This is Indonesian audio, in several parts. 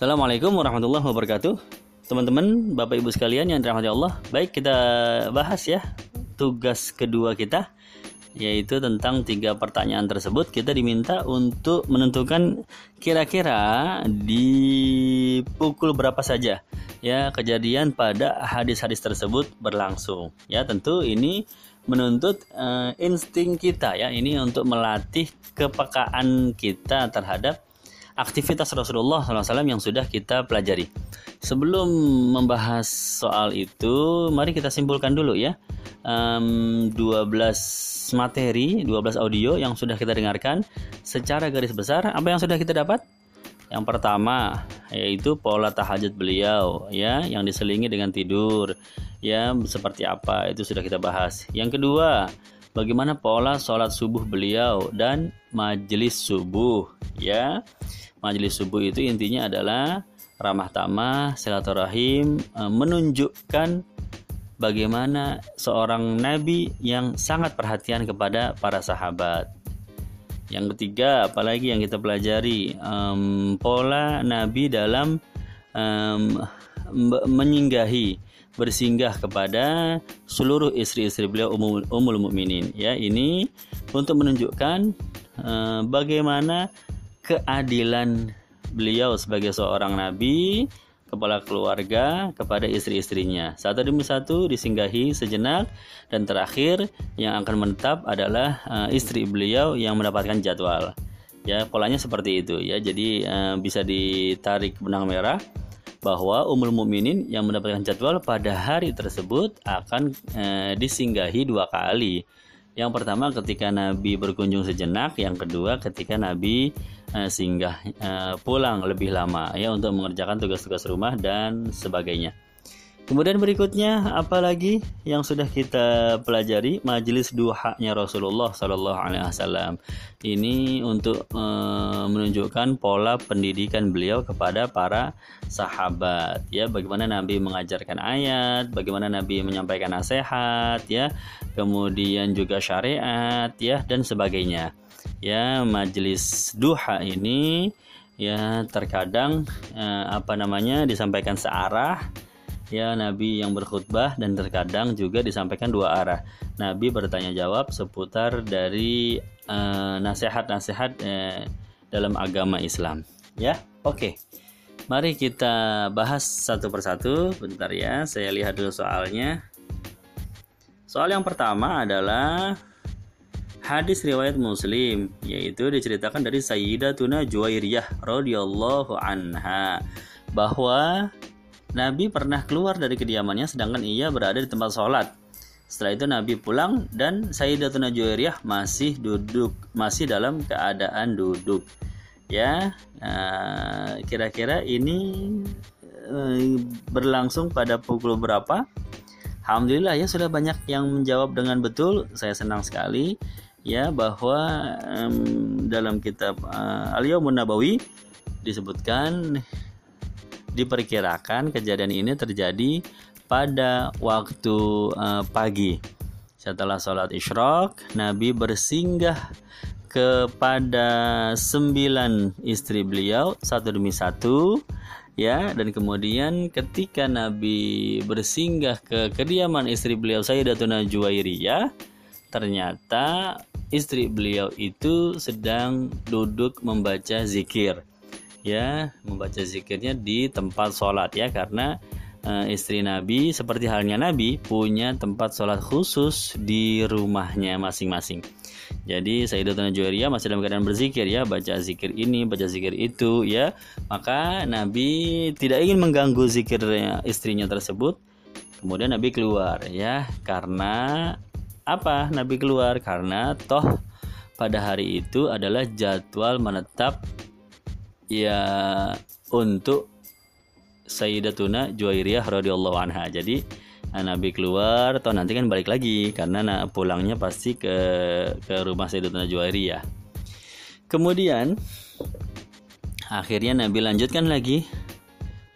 Assalamualaikum warahmatullahi wabarakatuh. Teman-teman, Bapak Ibu sekalian yang dirahmati Allah. Baik, kita bahas ya tugas kedua kita, yaitu tentang 3 pertanyaan tersebut. Kita diminta untuk menentukan kira-kira di pukul berapa saja ya kejadian pada hadis-hadis tersebut berlangsung. Ya, tentu ini menuntut insting kita ya. Ini untuk melatih kepekaan kita terhadap aktivitas Rasulullah SAW yang sudah kita pelajari. Sebelum membahas soal itu, mari kita simpulkan dulu ya 12 materi, 12 audio yang sudah kita dengarkan. Secara garis besar, apa yang sudah kita dapat? Yang pertama yaitu pola tahajud beliau ya, yang diselingi dengan tidur ya, seperti apa itu sudah kita bahas. Yang kedua, bagaimana pola sholat subuh beliau dan majelis subuh ya. Majelis subuh itu intinya adalah ramah tamah, silaturahim, menunjukkan bagaimana seorang nabi yang sangat perhatian kepada para sahabat. Yang ketiga, apalagi yang kita pelajari, pola nabi dalam bersinggah kepada seluruh istri-istri beliau ummul mukminin ya. Ini untuk menunjukkan bagaimana keadilan beliau sebagai seorang nabi, kepala keluarga kepada istri-istrinya. Satu demi satu disinggahi sejenak, dan terakhir yang akan menetap adalah istri beliau yang mendapatkan jadwal. Ya, polanya seperti itu ya. Jadi bisa ditarik benang merah bahwa ummul mukminin yang mendapatkan jadwal pada hari tersebut akan disinggahi 2 kali. Yang pertama ketika Nabi berkunjung sejenak, yang kedua ketika Nabi singgah pulang lebih lama ya untuk mengerjakan tugas-tugas rumah dan sebagainya. Kemudian berikutnya apalagi yang sudah kita pelajari, majelis duhanya Rasulullah Sallallahu Alaihi Wasallam. Ini untuk menunjukkan pola pendidikan beliau kepada para sahabat ya, bagaimana Nabi mengajarkan ayat, bagaimana Nabi menyampaikan nasihat ya, kemudian juga syariat ya dan sebagainya. Ya, majelis duha ini ya terkadang disampaikan searah ya, Nabi yang berkhutbah, dan terkadang juga disampaikan 2 arah. Nabi bertanya jawab seputar dari nasihat-nasihat dalam agama Islam ya. Oke. Mari kita bahas satu persatu. Bentar ya, saya lihat dulu soalnya. Soal yang pertama adalah hadis riwayat Muslim, yaitu diceritakan dari Sayyidatuna Juwairiyah radhiyallahu anha bahwa Nabi pernah keluar dari kediamannya sedangkan ia berada di tempat sholat. Setelah itu Nabi pulang dan Sayyidatuna Juwairiyah masih dalam keadaan duduk. Ya, kira-kira ini berlangsung pada pukul berapa? Alhamdulillah ya, sudah banyak yang menjawab dengan betul. Saya senang sekali ya bahwa dalam kitab Al-Yaumun Nabawi disebutkan, diperkirakan kejadian ini terjadi pada waktu pagi. Setelah sholat isyraq, Nabi bersinggah kepada 9 istri beliau satu demi satu ya, dan kemudian ketika Nabi bersinggah ke kediaman istri beliau Sayyidatuna Juwairiyah, ternyata istri beliau itu sedang duduk membaca zikir ya, membaca zikirnya di tempat sholat ya, karena istri Nabi seperti halnya Nabi punya tempat sholat khusus di rumahnya masing-masing. Jadi Sayyidatuna Juwairiyah masih dalam keadaan berzikir ya, baca zikir ini, baca zikir itu ya. Maka Nabi tidak ingin mengganggu zikir istrinya tersebut. Kemudian Nabi keluar ya. Karena apa Nabi keluar? Karena toh pada hari itu adalah jadwal menetap ya untuk Sayyidatuna Juwairiyah radhiyallahu anha. Jadi Nabi keluar, toh nanti kan balik lagi karena pulangnya pasti ke rumah Sayyidatuna Juwairiyah. Kemudian akhirnya Nabi lanjutkan lagi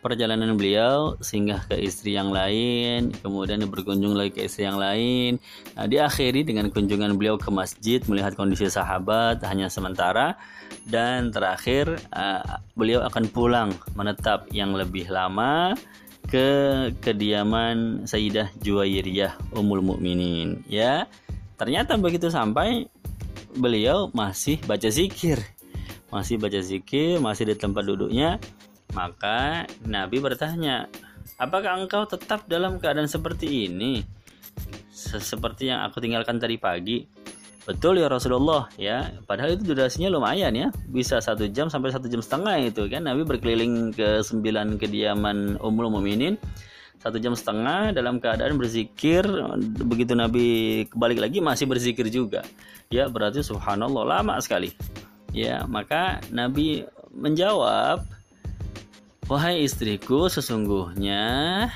perjalanan beliau singgah ke istri yang lain, kemudian berkunjung lagi ke istri yang lain. Nah, diakhiri dengan kunjungan beliau ke masjid melihat kondisi sahabat hanya sementara, dan terakhir beliau akan pulang menetap yang lebih lama ke kediaman Sayyidah Juwairiyah Ummul Mukminin. Ya, ternyata begitu sampai beliau masih baca zikir, masih di tempat duduknya. Maka Nabi bertanya, apakah engkau tetap dalam keadaan seperti ini, seperti yang aku tinggalkan tadi pagi? Betul ya Rasulullah, ya. Padahal itu durasinya lumayan ya, bisa 1 jam sampai 1,5 jam itu kan. Nabi berkeliling ke 9 kediaman Ummul Mukminin 1,5 jam dalam keadaan berzikir. Begitu Nabi kembali lagi masih berzikir juga, ya. Berarti subhanallah lama sekali, ya. Maka Nabi menjawab, wahai istriku, sesungguhnya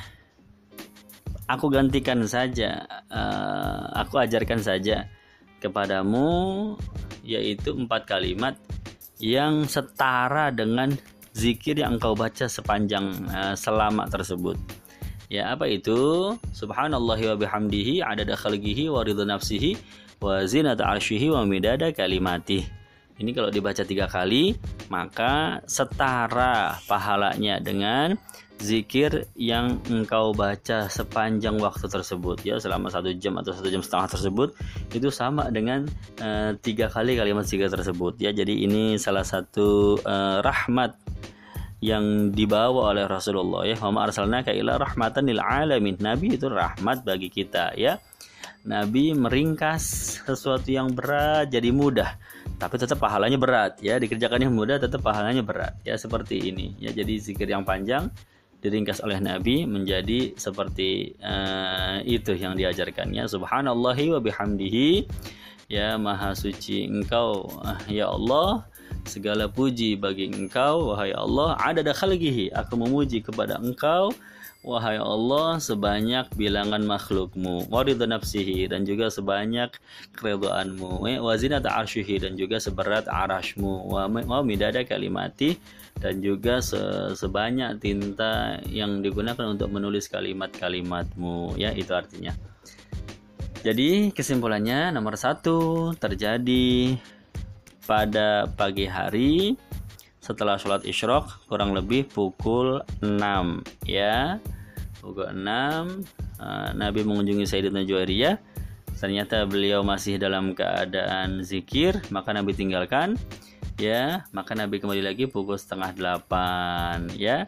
aku gantikan saja, aku ajarkan saja kepadamu, yaitu 4 kalimat yang setara dengan zikir yang engkau baca sepanjang selama tersebut. Ya, apa itu? Subhanallahi wa bihamdihi adada khalqihi wa ridha nafsihi wa zinata arsyihi wa midada kalimatih. Ini kalau dibaca 3 kali, maka setara pahalanya dengan zikir yang engkau baca sepanjang waktu tersebut, ya, selama 1 jam atau 1,5 jam tersebut, itu sama dengan 3 kali kalimat zikir tersebut, ya. Jadi ini salah satu rahmat yang dibawa oleh Rasulullah, ya. Wa ma arsalnaka illa rahmatan lil alamin. Nabi itu rahmat bagi kita, ya. Nabi meringkas sesuatu yang berat jadi mudah, tapi tetap pahalanya berat, ya. Dikerjakannya mudah tetap pahalanya berat, ya, seperti ini, ya. Jadi zikir yang panjang diringkas oleh Nabi menjadi seperti itu yang diajarkannya. Subhanallahi wa bihamdihi, ya, maha suci engkau, ya Allah, segala puji bagi engkau, wahai Allah. Adada khalqihi, aku memuji kepada engkau, wahai Allah, sebanyak bilangan makhlukmu. Wa ridha nafsihi, dan juga sebanyak keridhaanmu. Wa zinata arsyihi, dan juga seberat arasmu. Wa midada kalimati, dan juga sebanyak tinta yang digunakan untuk menulis kalimat-kalimatmu, ya. Itu artinya. Jadi kesimpulannya, nomor 1, terjadi pada pagi hari setelah sholat isyraq kurang lebih pukul 6, ya. Pukul 6 Nabi mengunjungi Sayyidatuna Juwairiyah. Ternyata beliau masih dalam keadaan zikir, maka Nabi tinggalkan, ya. Maka Nabi kembali lagi pukul 7:30, ya.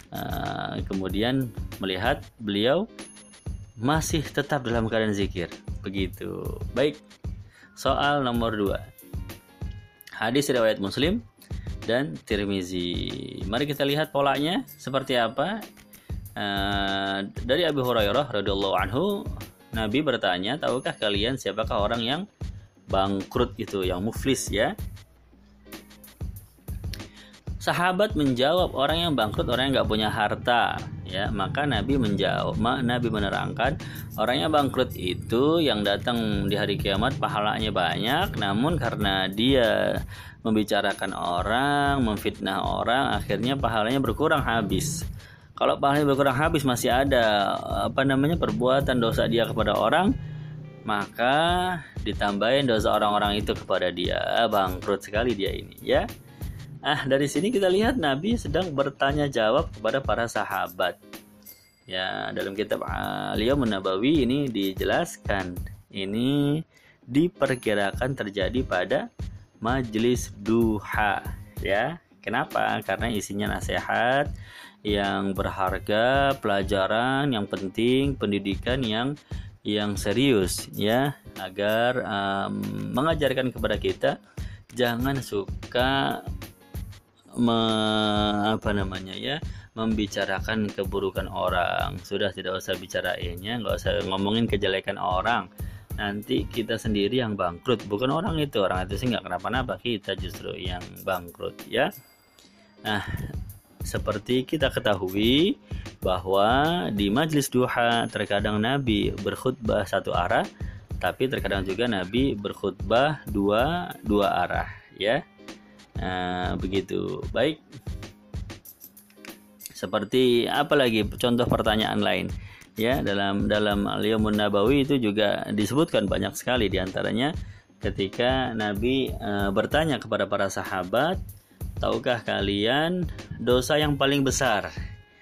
Kemudian melihat beliau masih tetap dalam keadaan zikir. Begitu. Baik. Soal nomor 2. Hadis riwayat Muslim dan Tirmizi. Mari kita lihat polanya seperti apa. Dari Abu Hurairah radhiyallahu anhu, Nabi bertanya, tahukah kalian siapakah orang yang bangkrut itu, yang muflis, ya? Sahabat menjawab, orang yang bangkrut orang yang nggak punya harta, ya. Maka Nabi menjawab, Nabi menerangkan, orang yang bangkrut itu yang datang di hari kiamat pahalanya banyak, namun karena dia membicarakan orang, memfitnah orang, akhirnya pahalanya berkurang habis. Kalau pahalanya berkurang habis, masih ada perbuatan dosa dia kepada orang, maka ditambahin dosa orang-orang itu kepada dia. Bangkrut sekali dia ini, ya. Dari sini kita lihat Nabi sedang bertanya jawab kepada para sahabat. Ya, dalam kitab Al-Yaumun Nabawi ini dijelaskan, ini diperkirakan terjadi pada majelis duha, ya. Kenapa? Karena isinya nasihat yang berharga, pelajaran yang penting, pendidikan yang serius, ya, agar mengajarkan kepada kita jangan suka membicarakan keburukan orang. Sudah, tidak usah bicarainnya, nggak usah ngomongin kejelekan orang. Nanti kita sendiri yang bangkrut, bukan orang itu. Orang itu sih nggak kenapa-napa, kita justru yang bangkrut, ya. Seperti kita ketahui bahwa di majlis duha terkadang Nabi berkhutbah satu arah, tapi terkadang juga Nabi berkhutbah dua arah, ya. Begitu. Baik. Seperti apalagi contoh pertanyaan lain ya, dalam Al-Yaumun Nabawi itu juga disebutkan banyak sekali, diantaranya ketika Nabi bertanya kepada para sahabat, tahukah kalian dosa yang paling besar?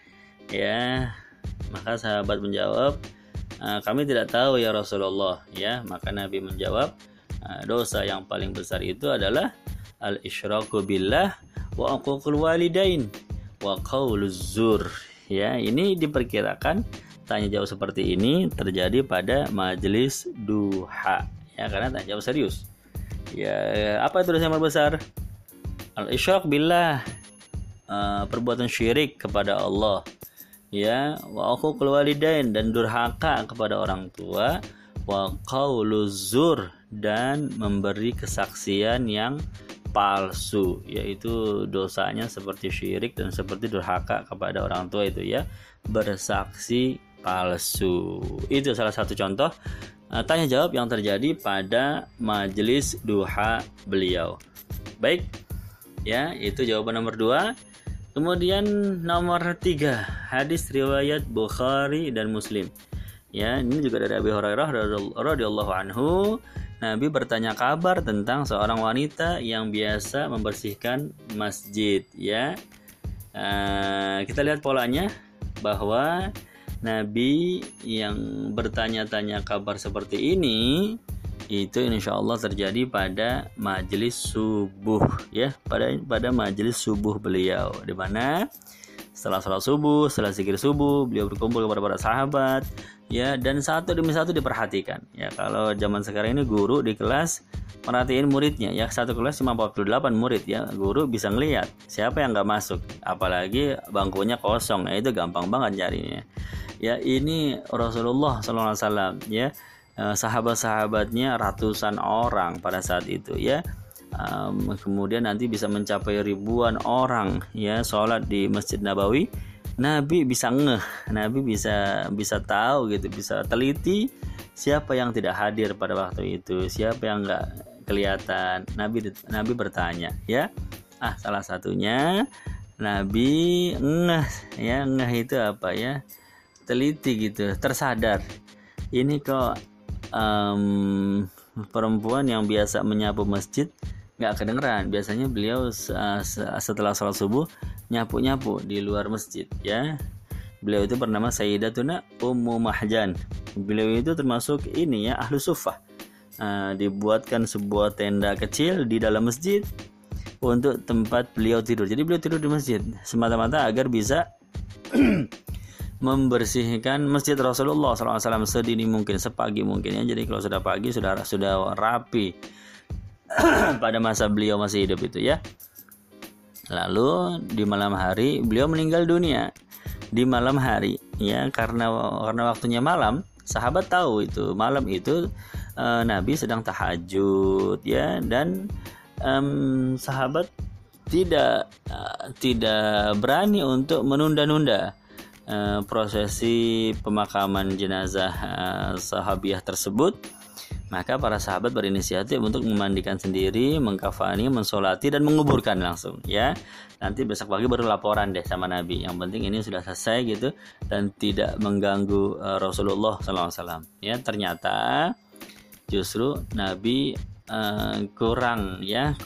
Ya, maka sahabat menjawab, kami tidak tahu ya Rasulullah. Ya, maka Nabi menjawab, dosa yang paling besar itu adalah al-isyraku billah wa uququl walidain wa qauluz zur. Ya, ini diperkirakan tanya jawab seperti ini terjadi pada majelis duha. Ya, karena tanya jawab serius. Ya, apa itu dosa yang paling besar? Al-isyrak billah, perbuatan syirik kepada Allah. Ya, wa uququl walidain, dan durhaka kepada orang tua, wa qauluz zur, dan memberi kesaksian yang palsu, yaitu dosanya seperti syirik dan seperti durhaka kepada orang tua itu ya, bersaksi palsu. Itu salah satu contoh tanya jawab yang terjadi pada majelis duha beliau. Baik, ya, itu jawaban nomor 2. Kemudian nomor 3, hadis riwayat Bukhari dan Muslim. Ya, ini juga dari Abi Hurairah radhiyallahu anhu. Nabi bertanya kabar tentang seorang wanita yang biasa membersihkan masjid. Ya, kita lihat polanya bahwa Nabi yang bertanya-tanya kabar seperti ini itu insya Allah terjadi pada majelis subuh, ya, pada majelis subuh beliau, di mana setelah sholat subuh, setelah zikir subuh, beliau berkumpul kepada para sahabat, ya, dan satu demi satu diperhatikan. Ya, kalau zaman sekarang ini guru di kelas merhatiin muridnya, ya, satu kelas cuma 48 murid, ya, guru bisa ngelihat siapa yang nggak masuk, apalagi bangkunya kosong, ya, itu gampang banget carinya. Ya, ini Rasulullah SAW, ya, sahabat-sahabatnya ratusan orang pada saat itu, ya. Kemudian nanti bisa mencapai ribuan orang, ya, sholat di Masjid Nabawi. Nabi bisa Nabi bisa tahu gitu, bisa teliti siapa yang tidak hadir pada waktu itu, siapa yang nggak kelihatan. Nabi bertanya, ya. Salah satunya Nabi ya, itu apa ya? Teliti gitu, tersadar. Ini kok perempuan yang biasa menyapu masjid nggak kedengeran. Biasanya beliau setelah sholat subuh nyapu-nyapu di luar masjid, ya. Beliau itu bernama Sayyidatuna Ummu Mahjan. Beliau itu termasuk ini, ya, ahlu suffah. Dibuatkan sebuah tenda kecil di dalam masjid untuk tempat beliau tidur. Jadi beliau tidur di masjid semata-mata agar bisa membersihkan masjid Rasulullah SAW sedini mungkin, sepagi mungkin, ya. Jadi kalau sudah pagi sudah rapi pada masa beliau masih hidup itu, ya. Lalu di malam hari beliau meninggal dunia di malam hari, ya, karena waktunya malam. Sahabat tahu itu malam itu Nabi sedang tahajud, ya, dan sahabat tidak berani untuk menunda-nunda prosesi pemakaman jenazah sahabiah tersebut. Maka para sahabat berinisiatif untuk memandikan sendiri, mengkafani, mensolati, dan menguburkan langsung, ya. Nanti besok pagi baru laporan deh sama Nabi. Yang penting ini sudah selesai gitu dan tidak mengganggu Rasulullah SAW. Ya, ternyata justru Nabi kurang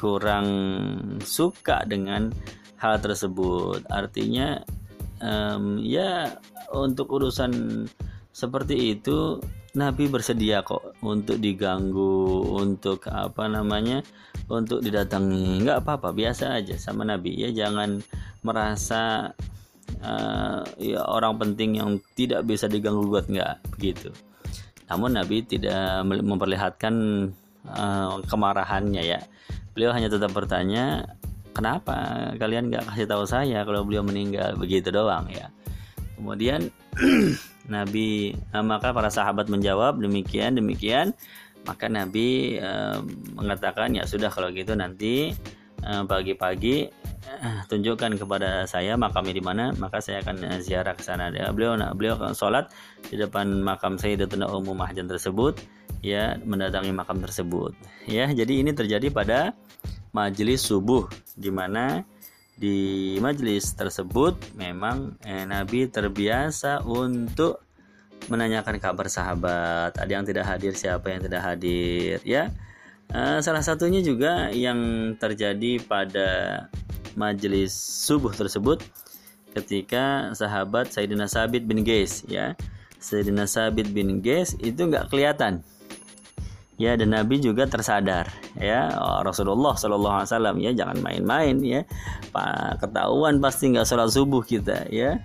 suka dengan hal tersebut. Artinya ya, untuk urusan seperti itu Nabi bersedia kok untuk diganggu, untuk untuk didatangi, nggak apa-apa, biasa aja sama Nabi, ya. Jangan merasa ya orang penting yang tidak bisa diganggu gugat, nggak begitu. Namun Nabi tidak memperlihatkan kemarahannya, ya. Beliau hanya tetap bertanya, kenapa kalian nggak kasih tahu saya kalau beliau meninggal, begitu doang, ya. Kemudian Nabi, maka para sahabat menjawab demikian. Maka Nabi mengatakan, ya sudah kalau gitu nanti pagi-pagi tunjukkan kepada saya makamnya di mana, maka saya akan ziarah ke sana. Beliau sholat di depan makam Sayyidatuna Ummu Mahjan tersebut, ya, mendatangi makam tersebut, ya. Jadi ini terjadi pada majelis subuh, di mana di majelis tersebut memang Nabi terbiasa untuk menanyakan kabar sahabat. Ada yang tidak hadir, siapa yang tidak hadir, ya. Salah satunya juga yang terjadi pada majelis subuh tersebut ketika sahabat Sayyidina Sabit bin Qais, ya. Sayyidina Sabit bin Qais itu nggak kelihatan. Ya, dan Nabi juga tersadar, ya. Rasulullah SAW, ya, jangan main-main, ya. Ketahuan pasti nggak sholat subuh kita, ya.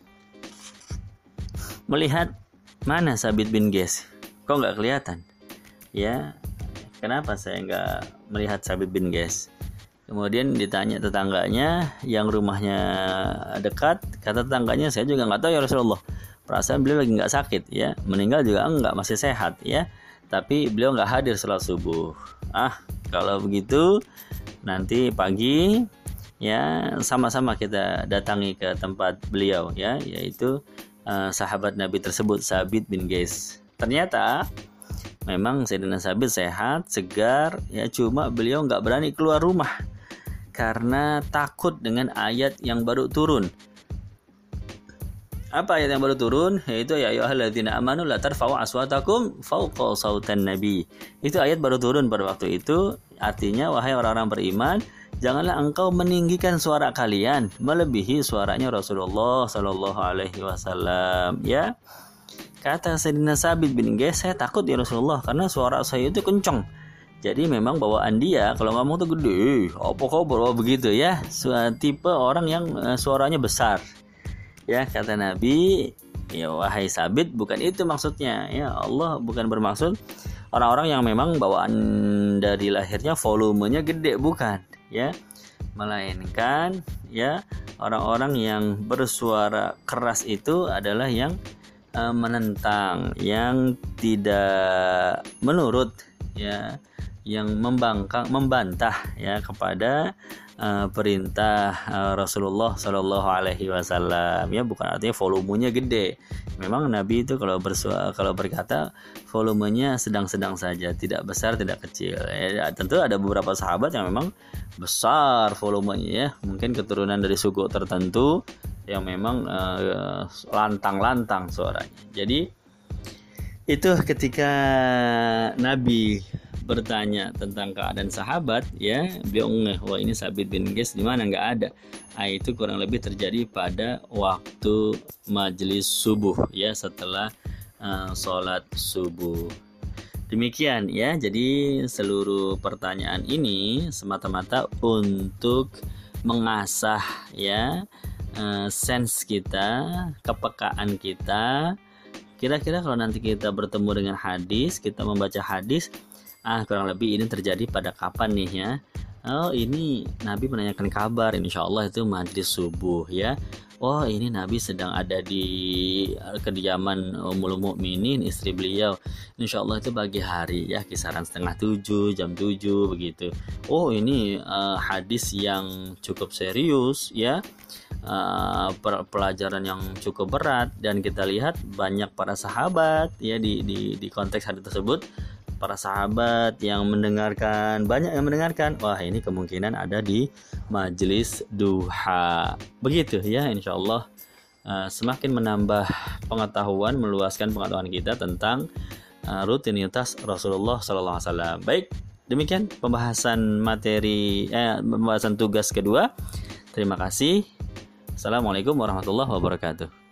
Melihat mana Sabit bin Qais, kok nggak kelihatan, ya. Kenapa saya nggak melihat Sabit bin Qais? Kemudian ditanya tetangganya yang rumahnya dekat, kata tetangganya, saya juga nggak tahu ya Rasulullah. Perasaan beliau lagi nggak sakit, ya. Meninggal juga enggak, masih sehat, ya. Tapi beliau nggak hadir sholat subuh. Kalau begitu nanti pagi, ya, sama-sama kita datangi ke tempat beliau, ya, yaitu sahabat Nabi tersebut, Sabit bin Qais. Ternyata memang Sayyidina Sabit sehat, segar, ya, cuma beliau nggak berani keluar rumah karena takut dengan ayat yang baru turun. Apa ayat yang baru turun? Yaitu ya ayyuhalladzina amanu la tarfa'u aswatakum fawqa sautan nabi. Itu ayat baru turun pada waktu itu. Artinya, wahai orang-orang beriman, janganlah engkau meninggikan suara kalian melebihi suaranya Rasulullah sallallahu alaihi wasallam, ya. Kata Sayyidina Sabit bin Qais, saya takut ya Rasulullah karena suara saya itu kencang. Jadi memang bawaan dia kalau ngomong tuh gede, apa kabar, begitu, ya. Tipe orang yang suaranya besar. Ya, kata Nabi, ya wahai Sabit, bukan itu maksudnya, ya. Allah bukan bermaksud orang-orang yang memang bawaan dari lahirnya volumenya gede, bukan, ya. Melainkan, ya, orang-orang yang bersuara keras itu adalah yang menentang, yang tidak menurut, ya, yang membantah, ya, kepada perintah Rasulullah Shallallahu Alaihi Wasallam, ya. Bukan artinya volumenya gede. Memang Nabi itu kalau berkata volumenya sedang-sedang saja, tidak besar tidak kecil, ya. Tentu ada beberapa sahabat yang memang besar volumenya, ya. Mungkin keturunan dari suku tertentu yang memang lantang-lantang suaranya. Jadi itu ketika Nabi bertanya tentang keadaan sahabat, ya, beliau ngeh, wah ini Sabit bin Qais di mana, nggak ada. Itu kurang lebih terjadi pada waktu majelis subuh, ya, setelah sholat subuh. Demikian, ya. Jadi seluruh pertanyaan ini semata-mata untuk mengasah, ya, sense kita, kepekaan kita. Kira-kira kalau nanti kita bertemu dengan hadis, kita membaca hadis, kurang lebih ini terjadi pada kapan nih, ya. Oh, ini Nabi menanyakan kabar, insya Allah itu majlis subuh, ya. Oh, ini Nabi sedang ada di kediaman Ummul Mukminin, istri beliau, insya Allah itu pagi hari, ya, kisaran 6:30, jam 7 begitu. Oh, ini hadis yang cukup serius, ya, pelajaran yang cukup berat, dan kita lihat banyak para sahabat, ya, di konteks hadis tersebut. Para sahabat yang mendengarkan, banyak yang mendengarkan, wah ini kemungkinan ada di majelis duha. Begitu, ya, insya Allah semakin menambah pengetahuan, meluaskan pengetahuan kita tentang rutinitas Rasulullah SAW. Baik, demikian pembahasan pembahasan tugas kedua. Terima kasih. Assalamualaikum warahmatullahi wabarakatuh.